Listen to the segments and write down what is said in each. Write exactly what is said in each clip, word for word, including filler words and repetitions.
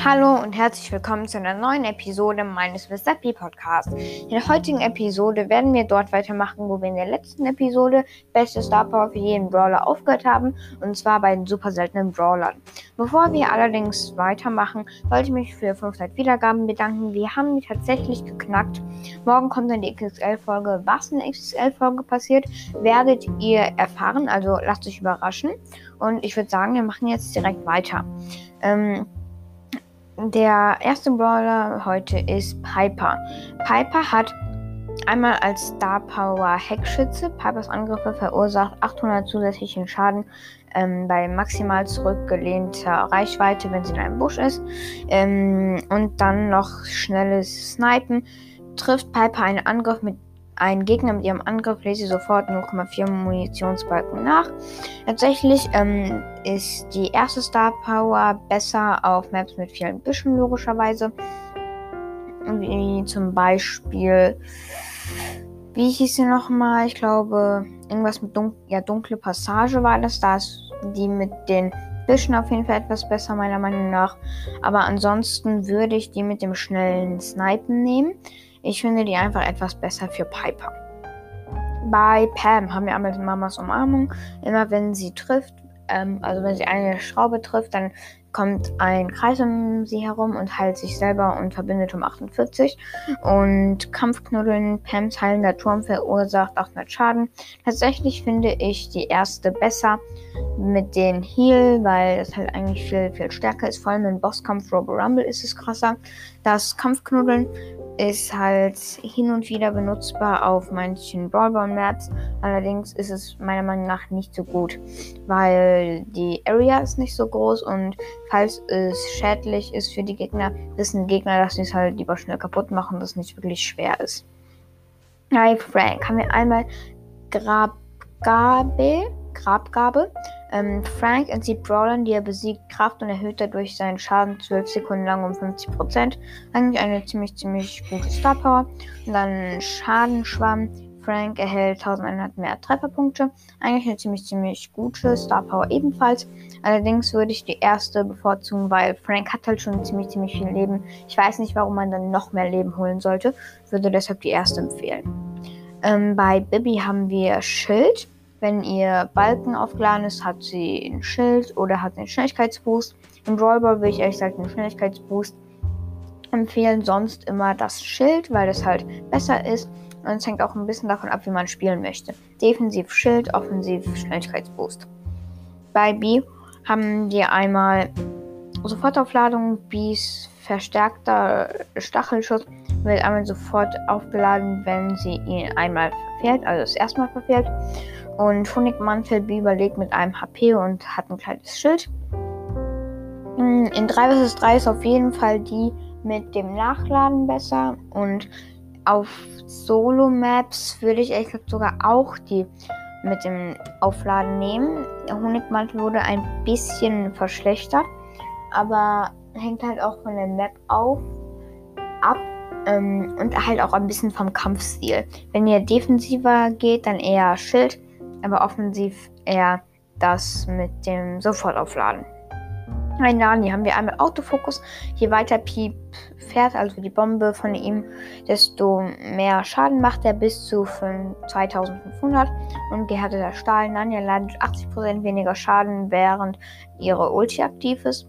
Hallo und herzlich willkommen zu einer neuen Episode meines Mister P Podcasts. In der heutigen Episode werden wir dort weitermachen, wo wir in der letzten Episode beste Star Power für jeden Brawler aufgehört haben, und zwar bei den super seltenen Brawlern. Bevor wir allerdings weitermachen, wollte ich mich für fünfhundert Wiedergaben bedanken. Wir haben die tatsächlich geknackt. Morgen kommt dann die X X L-Folge. Was in der X X L-Folge passiert, werdet ihr erfahren, also lasst euch überraschen. Und ich würde sagen, wir machen jetzt direkt weiter. Ähm... Der erste Brawler heute ist Piper. Piper hat einmal als Star Power Heckschütze. Pipers Angriffe verursacht achthundert zusätzlichen Schaden ähm, bei maximal zurückgelehnter Reichweite, wenn sie in einem Busch ist. Ähm, und dann noch schnelles Snipen. Trifft Piper einen Angriff mit Ein Gegner mit ihrem Angriff, lädt sie sofort null Komma vier Munitionsbalken nach. Tatsächlich ähm, ist die erste Star Power besser auf Maps mit vielen Büschen, logischerweise. Wie zum Beispiel, wie hieß sie nochmal? Ich glaube, irgendwas mit Dun- ja, dunkle Passage war das. Da ist die mit den Büschen auf jeden Fall etwas besser, meiner Meinung nach. Aber ansonsten würde ich die mit dem schnellen Snipen nehmen. Ich finde die einfach etwas besser für Piper. Bei Pam haben wir einmal Mamas Umarmung. Immer wenn sie trifft, ähm, also wenn sie eine Schraube trifft, dann kommt ein Kreis um sie herum und heilt sich selber und verbindet um achtundvierzig. Und Kampfknuddeln, Pams heilender Turm verursacht achthundert Schaden. Tatsächlich finde ich die erste besser mit den Heal, weil das halt eigentlich viel, viel stärker ist. Vor allem im Bosskampf Robo Rumble ist es krasser. Das Kampfknuddeln ist halt hin und wieder benutzbar auf manchen Brawlball-Maps. Allerdings ist es meiner Meinung nach nicht so gut, weil die Area ist nicht so groß und falls es schädlich ist für die Gegner, wissen die Gegner, dass sie es halt lieber schnell kaputt machen, das nicht wirklich schwer ist. Bei Frank haben wir einmal Grabgabe. Grabgabe. Ähm, Frank entzieht Brawlern, die er besiegt, Kraft und erhöht dadurch seinen Schaden zwölf Sekunden lang um fünfzig Prozent. Eigentlich eine ziemlich, ziemlich gute Star Power. Und dann Schadenschwamm. Frank erhält eintausendeinhundert mehr Trefferpunkte. Eigentlich eine ziemlich, ziemlich gute Star Power ebenfalls. Allerdings würde ich die erste bevorzugen, weil Frank hat halt schon ziemlich, ziemlich viel Leben. Ich weiß nicht, warum man dann noch mehr Leben holen sollte. Würde deshalb die erste empfehlen. Ähm, bei Bibi haben wir Schild. Wenn ihr Balken aufgeladen ist, hat sie ein Schild oder hat einen Schnelligkeitsboost. Im Brawl Ball würde ich ehrlich gesagt einen Schnelligkeitsboost empfehlen, sonst immer das Schild, weil das halt besser ist. Und es hängt auch ein bisschen davon ab, wie man spielen möchte. Defensiv Schild, offensiv Schnelligkeitsboost. Bei B haben wir einmal Sofortaufladung, Bs verstärkter Stachelschuss wird einmal sofort aufgeladen, wenn sie ihn einmal verfehlt, also das erste Mal verfehlt. Und Honigmantel B überlegt mit einem H P und hat ein kleines Schild. In drei versus drei ist auf jeden Fall die mit dem Nachladen besser. Und auf Solo-Maps würde ich ehrlich gesagt sogar auch die mit dem Aufladen nehmen. Der Honigmantel wurde ein bisschen verschlechtert, aber hängt halt auch von der Map auf, ab ähm, und halt auch ein bisschen vom Kampfstil. Wenn ihr defensiver geht, dann eher Schild, aber offensiv eher das mit dem Sofortaufladen. Bei Nani haben wir einmal Autofokus. Je weiter Piep fährt, also die Bombe von ihm, desto mehr Schaden macht er, bis zu zweitausendfünfhundert. Und gehärteter Stahl. Nani erleidet achtzig Prozent weniger Schaden, während ihre Ulti aktiv ist.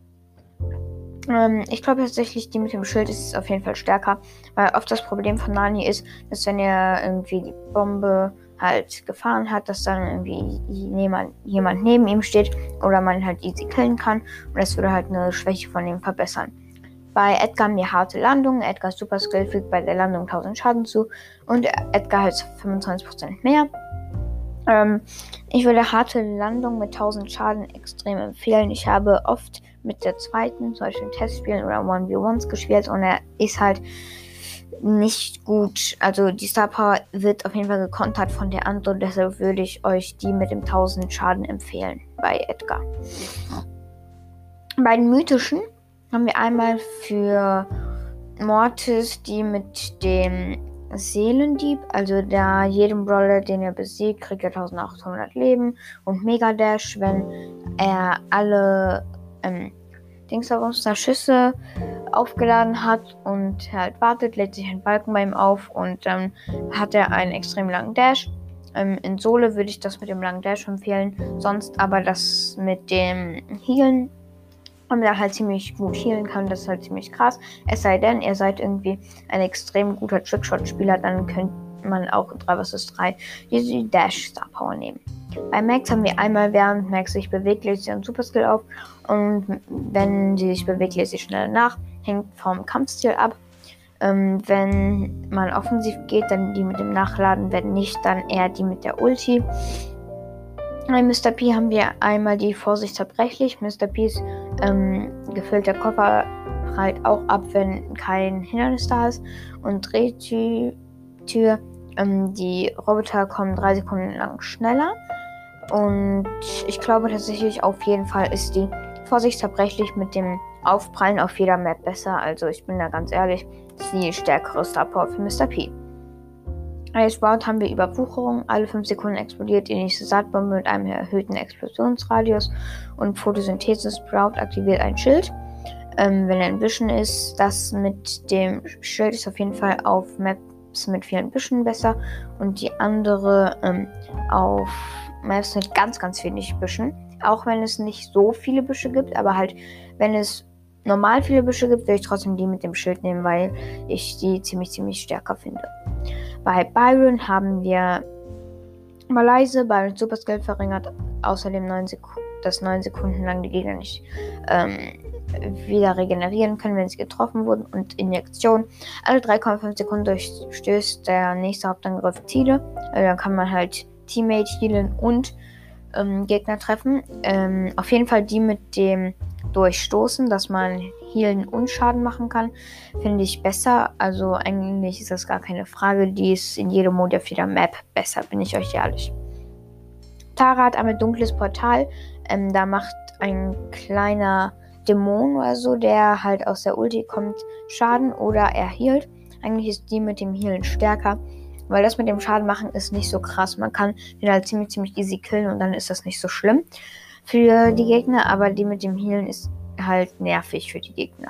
Ähm, ich glaube tatsächlich, die mit dem Schild ist auf jeden Fall stärker, weil oft das Problem von Nani ist, dass wenn er irgendwie die Bombe halt gefahren hat, dass dann irgendwie jemand, jemand neben ihm steht oder man halt easy killen kann, und das würde halt eine Schwäche von ihm verbessern. Bei Edgar haben wir harte Landung. Edgars Super Skill fügt bei der Landung tausend Schaden zu und Edgar hat fünfundzwanzig Prozent mehr. Ähm, ich würde harte Landung mit tausend Schaden extrem empfehlen. Ich habe oft mit der zweiten, zum Beispiel in Testspielen oder eins gegen eins gespielt, und er ist halt nicht gut. Also die Star Power wird auf jeden Fall gekontert von der anderen, deshalb würde ich euch die mit dem tausend Schaden empfehlen bei Edgar. Bei den mythischen haben wir einmal für Mortis die mit dem Seelendieb, also da jedem Brawler, den er besiegt, kriegt er eintausendachthundert Leben, und Mega Dash, wenn er alle ähm, Dingsabumster Schüsse aufgeladen hat und halt wartet, lädt sich ein Balken bei ihm auf und dann ähm, hat er einen extrem langen Dash. Ähm, in Solo würde ich das mit dem langen Dash empfehlen, sonst aber das mit dem Healen, und da halt ziemlich gut healen kann, das ist halt ziemlich krass. Es sei denn, ihr seid irgendwie ein extrem guter Trickshot-Spieler, dann könnt man auch drei versus drei diese Dash Star Power nehmen. Bei Max haben wir einmal, während Max sich bewegt, lädt sie einen Superskill auf und wenn sie sich bewegt, lädt sie schneller nach, hängt vom Kampfstil ab. Ähm, wenn man offensiv geht, dann die mit dem Nachladen, wenn nicht, dann eher die mit der Ulti. Bei Mister P haben wir einmal die Vorsicht zerbrechlich. Mister P's ähm, gefüllter Koffer prallt auch ab, wenn kein Hindernis da ist. Und Drehtür, ähm, die Roboter kommen drei Sekunden lang schneller. Und ich glaube tatsächlich, auf jeden Fall ist die Vorsicht zerbrechlich mit dem Aufprallen auf jeder Map besser. Also ich bin da ganz ehrlich, das ist die stärkere Star Power für Mister P. Als Sprout haben wir Überwucherung. Alle fünf Sekunden explodiert die nächste Saatbombe mit einem erhöhten Explosionsradius. Und Photosynthese Sprout aktiviert ein Schild, ähm, wenn er in Büschen ist. Das mit dem Schild ist auf jeden Fall auf Maps mit vielen Büschen besser. Und die andere ähm, auf Maps mit ganz, ganz wenig Büschen. Auch wenn es nicht so viele Büsche gibt, aber halt, wenn es normal viele Büsche gibt, will ich trotzdem die mit dem Schild nehmen, weil ich die ziemlich, ziemlich stärker finde. Bei Byron haben wir mal leise. Byron Superskill verringert außerdem neun Sekunden, dass neun Sekunden lang die Gegner nicht ähm, wieder regenerieren können, wenn sie getroffen wurden. Und Injektion. Alle drei Komma fünf Sekunden durchstößt der nächste Hauptangriff Ziele. Also dann kann man halt Teammate healen und ähm, Gegner treffen. Ähm, auf jeden Fall die mit dem Durchstoßen, dass man healen und Schaden machen kann, finde ich besser. Also eigentlich ist das gar keine Frage. Die ist in jedem Mode auf jeder Map besser, bin ich euch ehrlich. Tara hat einmal dunkles Portal. Ähm, da macht ein kleiner Dämon oder so, der halt aus der Ulti kommt, Schaden oder er healt. Eigentlich ist die mit dem Healen stärker, weil das mit dem Schaden machen ist nicht so krass. Man kann den halt ziemlich, ziemlich easy killen und dann ist das nicht so schlimm für die Gegner, aber die mit dem Healen ist halt nervig für die Gegner.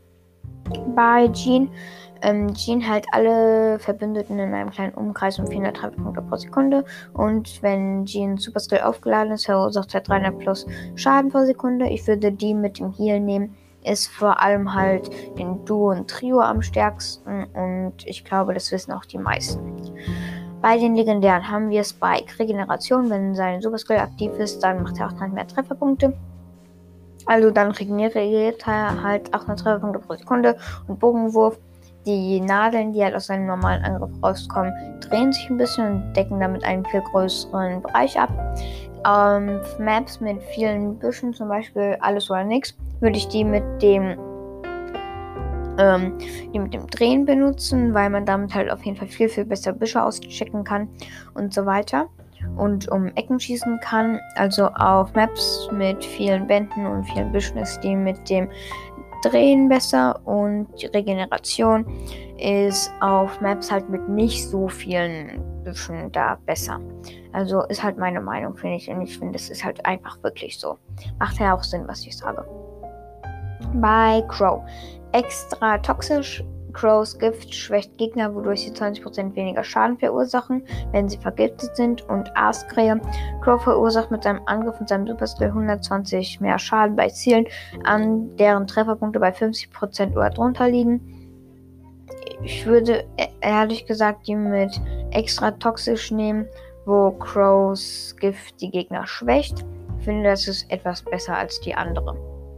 Bei Jean, ähm, Jean hält alle Verbündeten in einem kleinen Umkreis um vierhundert Trefferpunkte pro Sekunde und wenn Jean Superskill aufgeladen ist, verursacht er dreihundert plus Schaden pro Sekunde. Ich würde die mit dem Heal nehmen, ist vor allem halt in Duo und Trio am stärksten und ich glaube, das wissen auch die meisten. Bei den Legendären haben wir Spike. Regeneration, wenn sein Superskill aktiv ist, dann macht er achthundert mehr Trefferpunkte. Also dann regeneriert er halt achthundert Trefferpunkte pro Sekunde. Und Bogenwurf, die Nadeln, die halt aus seinem normalen Angriff rauskommen, drehen sich ein bisschen und decken damit einen viel größeren Bereich ab. Ähm, Maps mit vielen Büschen, zum Beispiel Alles oder Nix, würde ich die mit dem Ähm, die mit dem Drehen benutzen, weil man damit halt auf jeden Fall viel, viel besser Büsche auschecken kann und so weiter und um Ecken schießen kann. Also auf Maps mit vielen Wänden und vielen Büschen ist die mit dem Drehen besser und die Regeneration ist auf Maps halt mit nicht so vielen Büschen da besser. Also ist halt meine Meinung, finde ich, und ich finde, es ist halt einfach wirklich so. Macht ja auch Sinn, was ich sage. Bei Crow. Extra toxisch. Crows Gift schwächt Gegner, wodurch sie zwanzig Prozent weniger Schaden verursachen, wenn sie vergiftet sind. Und Aaskrähe. Crow verursacht mit seinem Angriff und seinem Superskill hundertzwanzig mehr Schaden bei Zielen, an deren Trefferpunkte bei fünfzig Prozent oder drunter liegen. Ich würde ehrlich gesagt die mit extra toxisch nehmen, wo Crows Gift die Gegner schwächt. Ich finde, das ist etwas besser als die andere.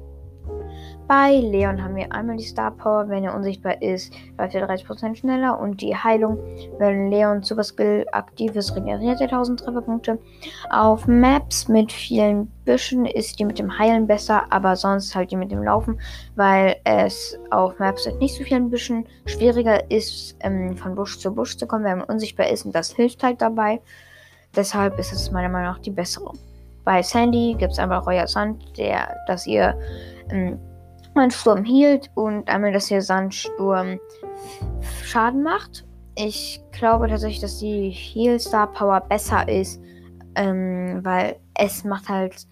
Bei Leon haben wir einmal die Star Power, wenn er unsichtbar ist, läuft er dreißig Prozent schneller und die Heilung, wenn Leon Superskill aktiv ist, regeneriert er tausend Trefferpunkte. Auf Maps mit vielen Büschen ist die mit dem Heilen besser, aber sonst halt die mit dem Laufen, weil es auf Maps mit nicht so vielen Büschen schwieriger ist, ähm, von Busch zu Busch zu kommen, wenn man unsichtbar ist und das hilft halt dabei. Deshalb ist es meiner Meinung nach die bessere. Bei Sandy gibt es einmal Royer Sand, der, dass ihr ähm, einen Sturm hielt und einmal, dass ihr Sandsturm Schaden macht. Ich glaube tatsächlich, dass die Heal Star Power besser ist, ähm, weil es macht halt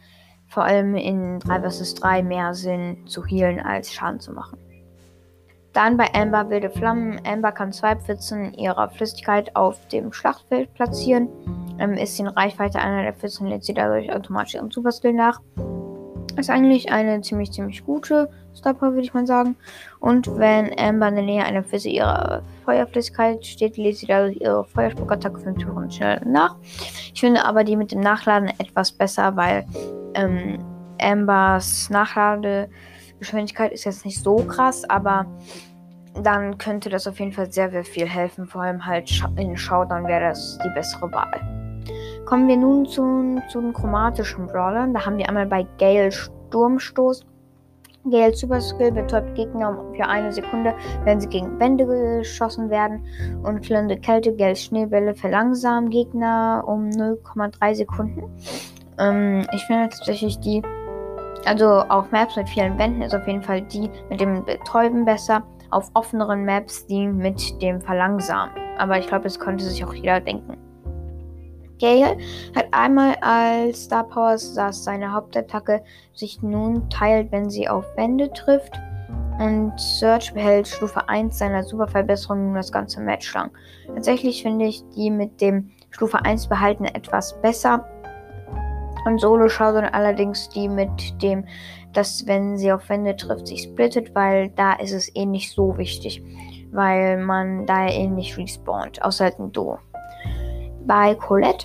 vor allem in drei versus drei mehr Sinn zu healen als Schaden zu machen. Dann bei Amber wilde Flammen. Amber kann zwei Pfützen ihrer Flüssigkeit auf dem Schlachtfeld platzieren. Ähm, ist sie in Reichweite einer der Pfützen, lädt sie dadurch automatisch ihren Superskill nach. Ist eigentlich eine ziemlich, ziemlich gute Star Power, würde ich mal sagen. Und wenn Amber in der Nähe einer Pfütze ihrer Feuerflüssigkeit steht, lädt sie dadurch ihre Feuerspuckattacke fünf Sekunden schneller nach. Ich finde aber die mit dem Nachladen etwas besser, weil ähm, Ambers Nachladegeschwindigkeit ist jetzt nicht so krass, aber dann könnte das auf jeden Fall sehr, sehr viel helfen. Vor allem halt in Showdown wäre das die bessere Wahl. Kommen wir nun zu, zu den chromatischen Brawlern. Da haben wir einmal bei Gale Sturmstoß. Gale Super Skill betäubt Gegner für eine Sekunde, wenn sie gegen Wände geschossen werden. Und klirrende Kälte, Gales Schneebälle verlangsamen Gegner um null Komma drei Sekunden. Ähm, ich finde tatsächlich die, also auf Maps mit vielen Wänden ist auf jeden Fall die mit dem Betäuben besser. Auf offeneren Maps die mit dem Verlangsamen. Aber ich glaube, das konnte sich auch jeder denken. Gale hat einmal als Star Power, dass seine Hauptattacke sich nun teilt, wenn sie auf Wände trifft. Und Surge behält Stufe eins seiner Superverbesserung nun das ganze Match lang. Tatsächlich finde ich die mit dem Stufe eins behalten etwas besser. Und Solo Showdown allerdings die mit dem, dass wenn sie auf Wände trifft, sich splittet, weil da ist es eh nicht so wichtig. Weil man da eh nicht respawnt, außer halt ein Duo. Bei Colette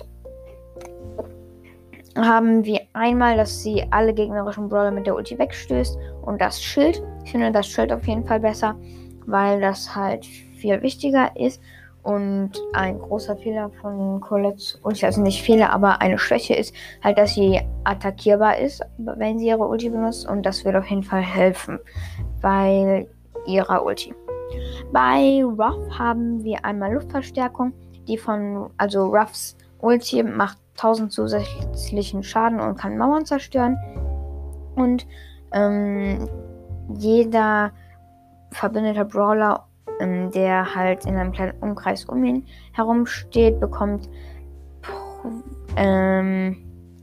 haben wir einmal, dass sie alle gegnerischen Brawler mit der Ulti wegstößt und das Schild. Ich finde das Schild auf jeden Fall besser, weil das halt viel wichtiger ist und ein großer Fehler von Colettes Ulti, also nicht Fehler, aber eine Schwäche ist halt, dass sie attackierbar ist, wenn sie ihre Ulti benutzt und das wird auf jeden Fall helfen bei ihrer Ulti. Bei Ruff haben wir einmal Luftverstärkung, die von, also Ruffs Ulti macht tausend zusätzlichen Schaden und kann Mauern zerstören. Und ähm, jeder verbündeter Brawler, ähm, der halt in einem kleinen Umkreis um ihn herum steht, bekommt ähm,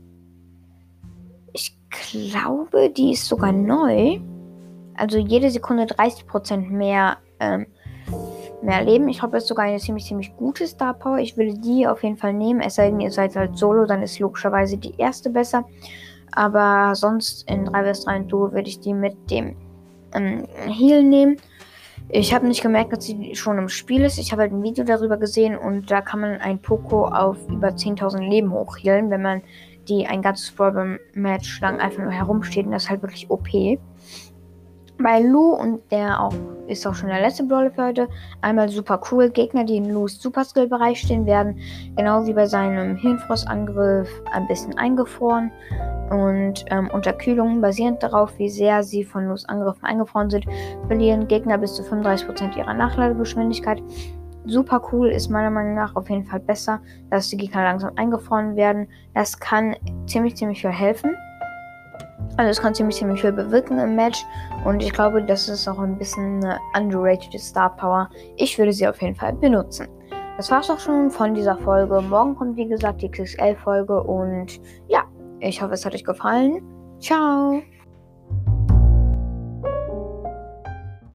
ich glaube, die ist sogar neu. Also jede Sekunde dreißig Prozent mehr ähm, mehr Leben. Ich glaube, das ist sogar eine ziemlich, ziemlich gute Star Power. Ich würde die auf jeden Fall nehmen. Es sei denn, ihr seid halt Solo, dann ist logischerweise die erste besser. Aber sonst in drei versus drei und Duo würde ich die mit dem ähm, Heal nehmen. Ich habe nicht gemerkt, dass sie schon im Spiel ist. Ich habe halt ein Video darüber gesehen und da kann man ein Poco auf über zehntausend Leben hochhealen, wenn man die ein ganzes Brawl-Match lang einfach nur herumsteht. Und das ist halt wirklich O P. Bei Lu, und der auch ist auch schon der letzte Brawler für heute, einmal super cool. Gegner, die in Lus Super-Skill-Bereich stehen, werden genau wie bei seinem Hirnfrostangriff ein bisschen eingefroren. Und ähm, Unterkühlung, basierend darauf, wie sehr sie von Lus Angriffen eingefroren sind, verlieren Gegner bis zu fünfunddreißig Prozent ihrer Nachladegeschwindigkeit. Super cool, ist meiner Meinung nach auf jeden Fall besser, dass die Gegner langsam eingefroren werden. Das kann ziemlich, ziemlich viel helfen. Also es kann ziemlich, ziemlich viel bewirken im Match und ich glaube, das ist auch ein bisschen eine underrated Star Power. Ich würde sie auf jeden Fall benutzen. Das war's auch schon von dieser Folge. Morgen kommt, wie gesagt, die X X L-Folge und ja, ich hoffe, es hat euch gefallen. Ciao!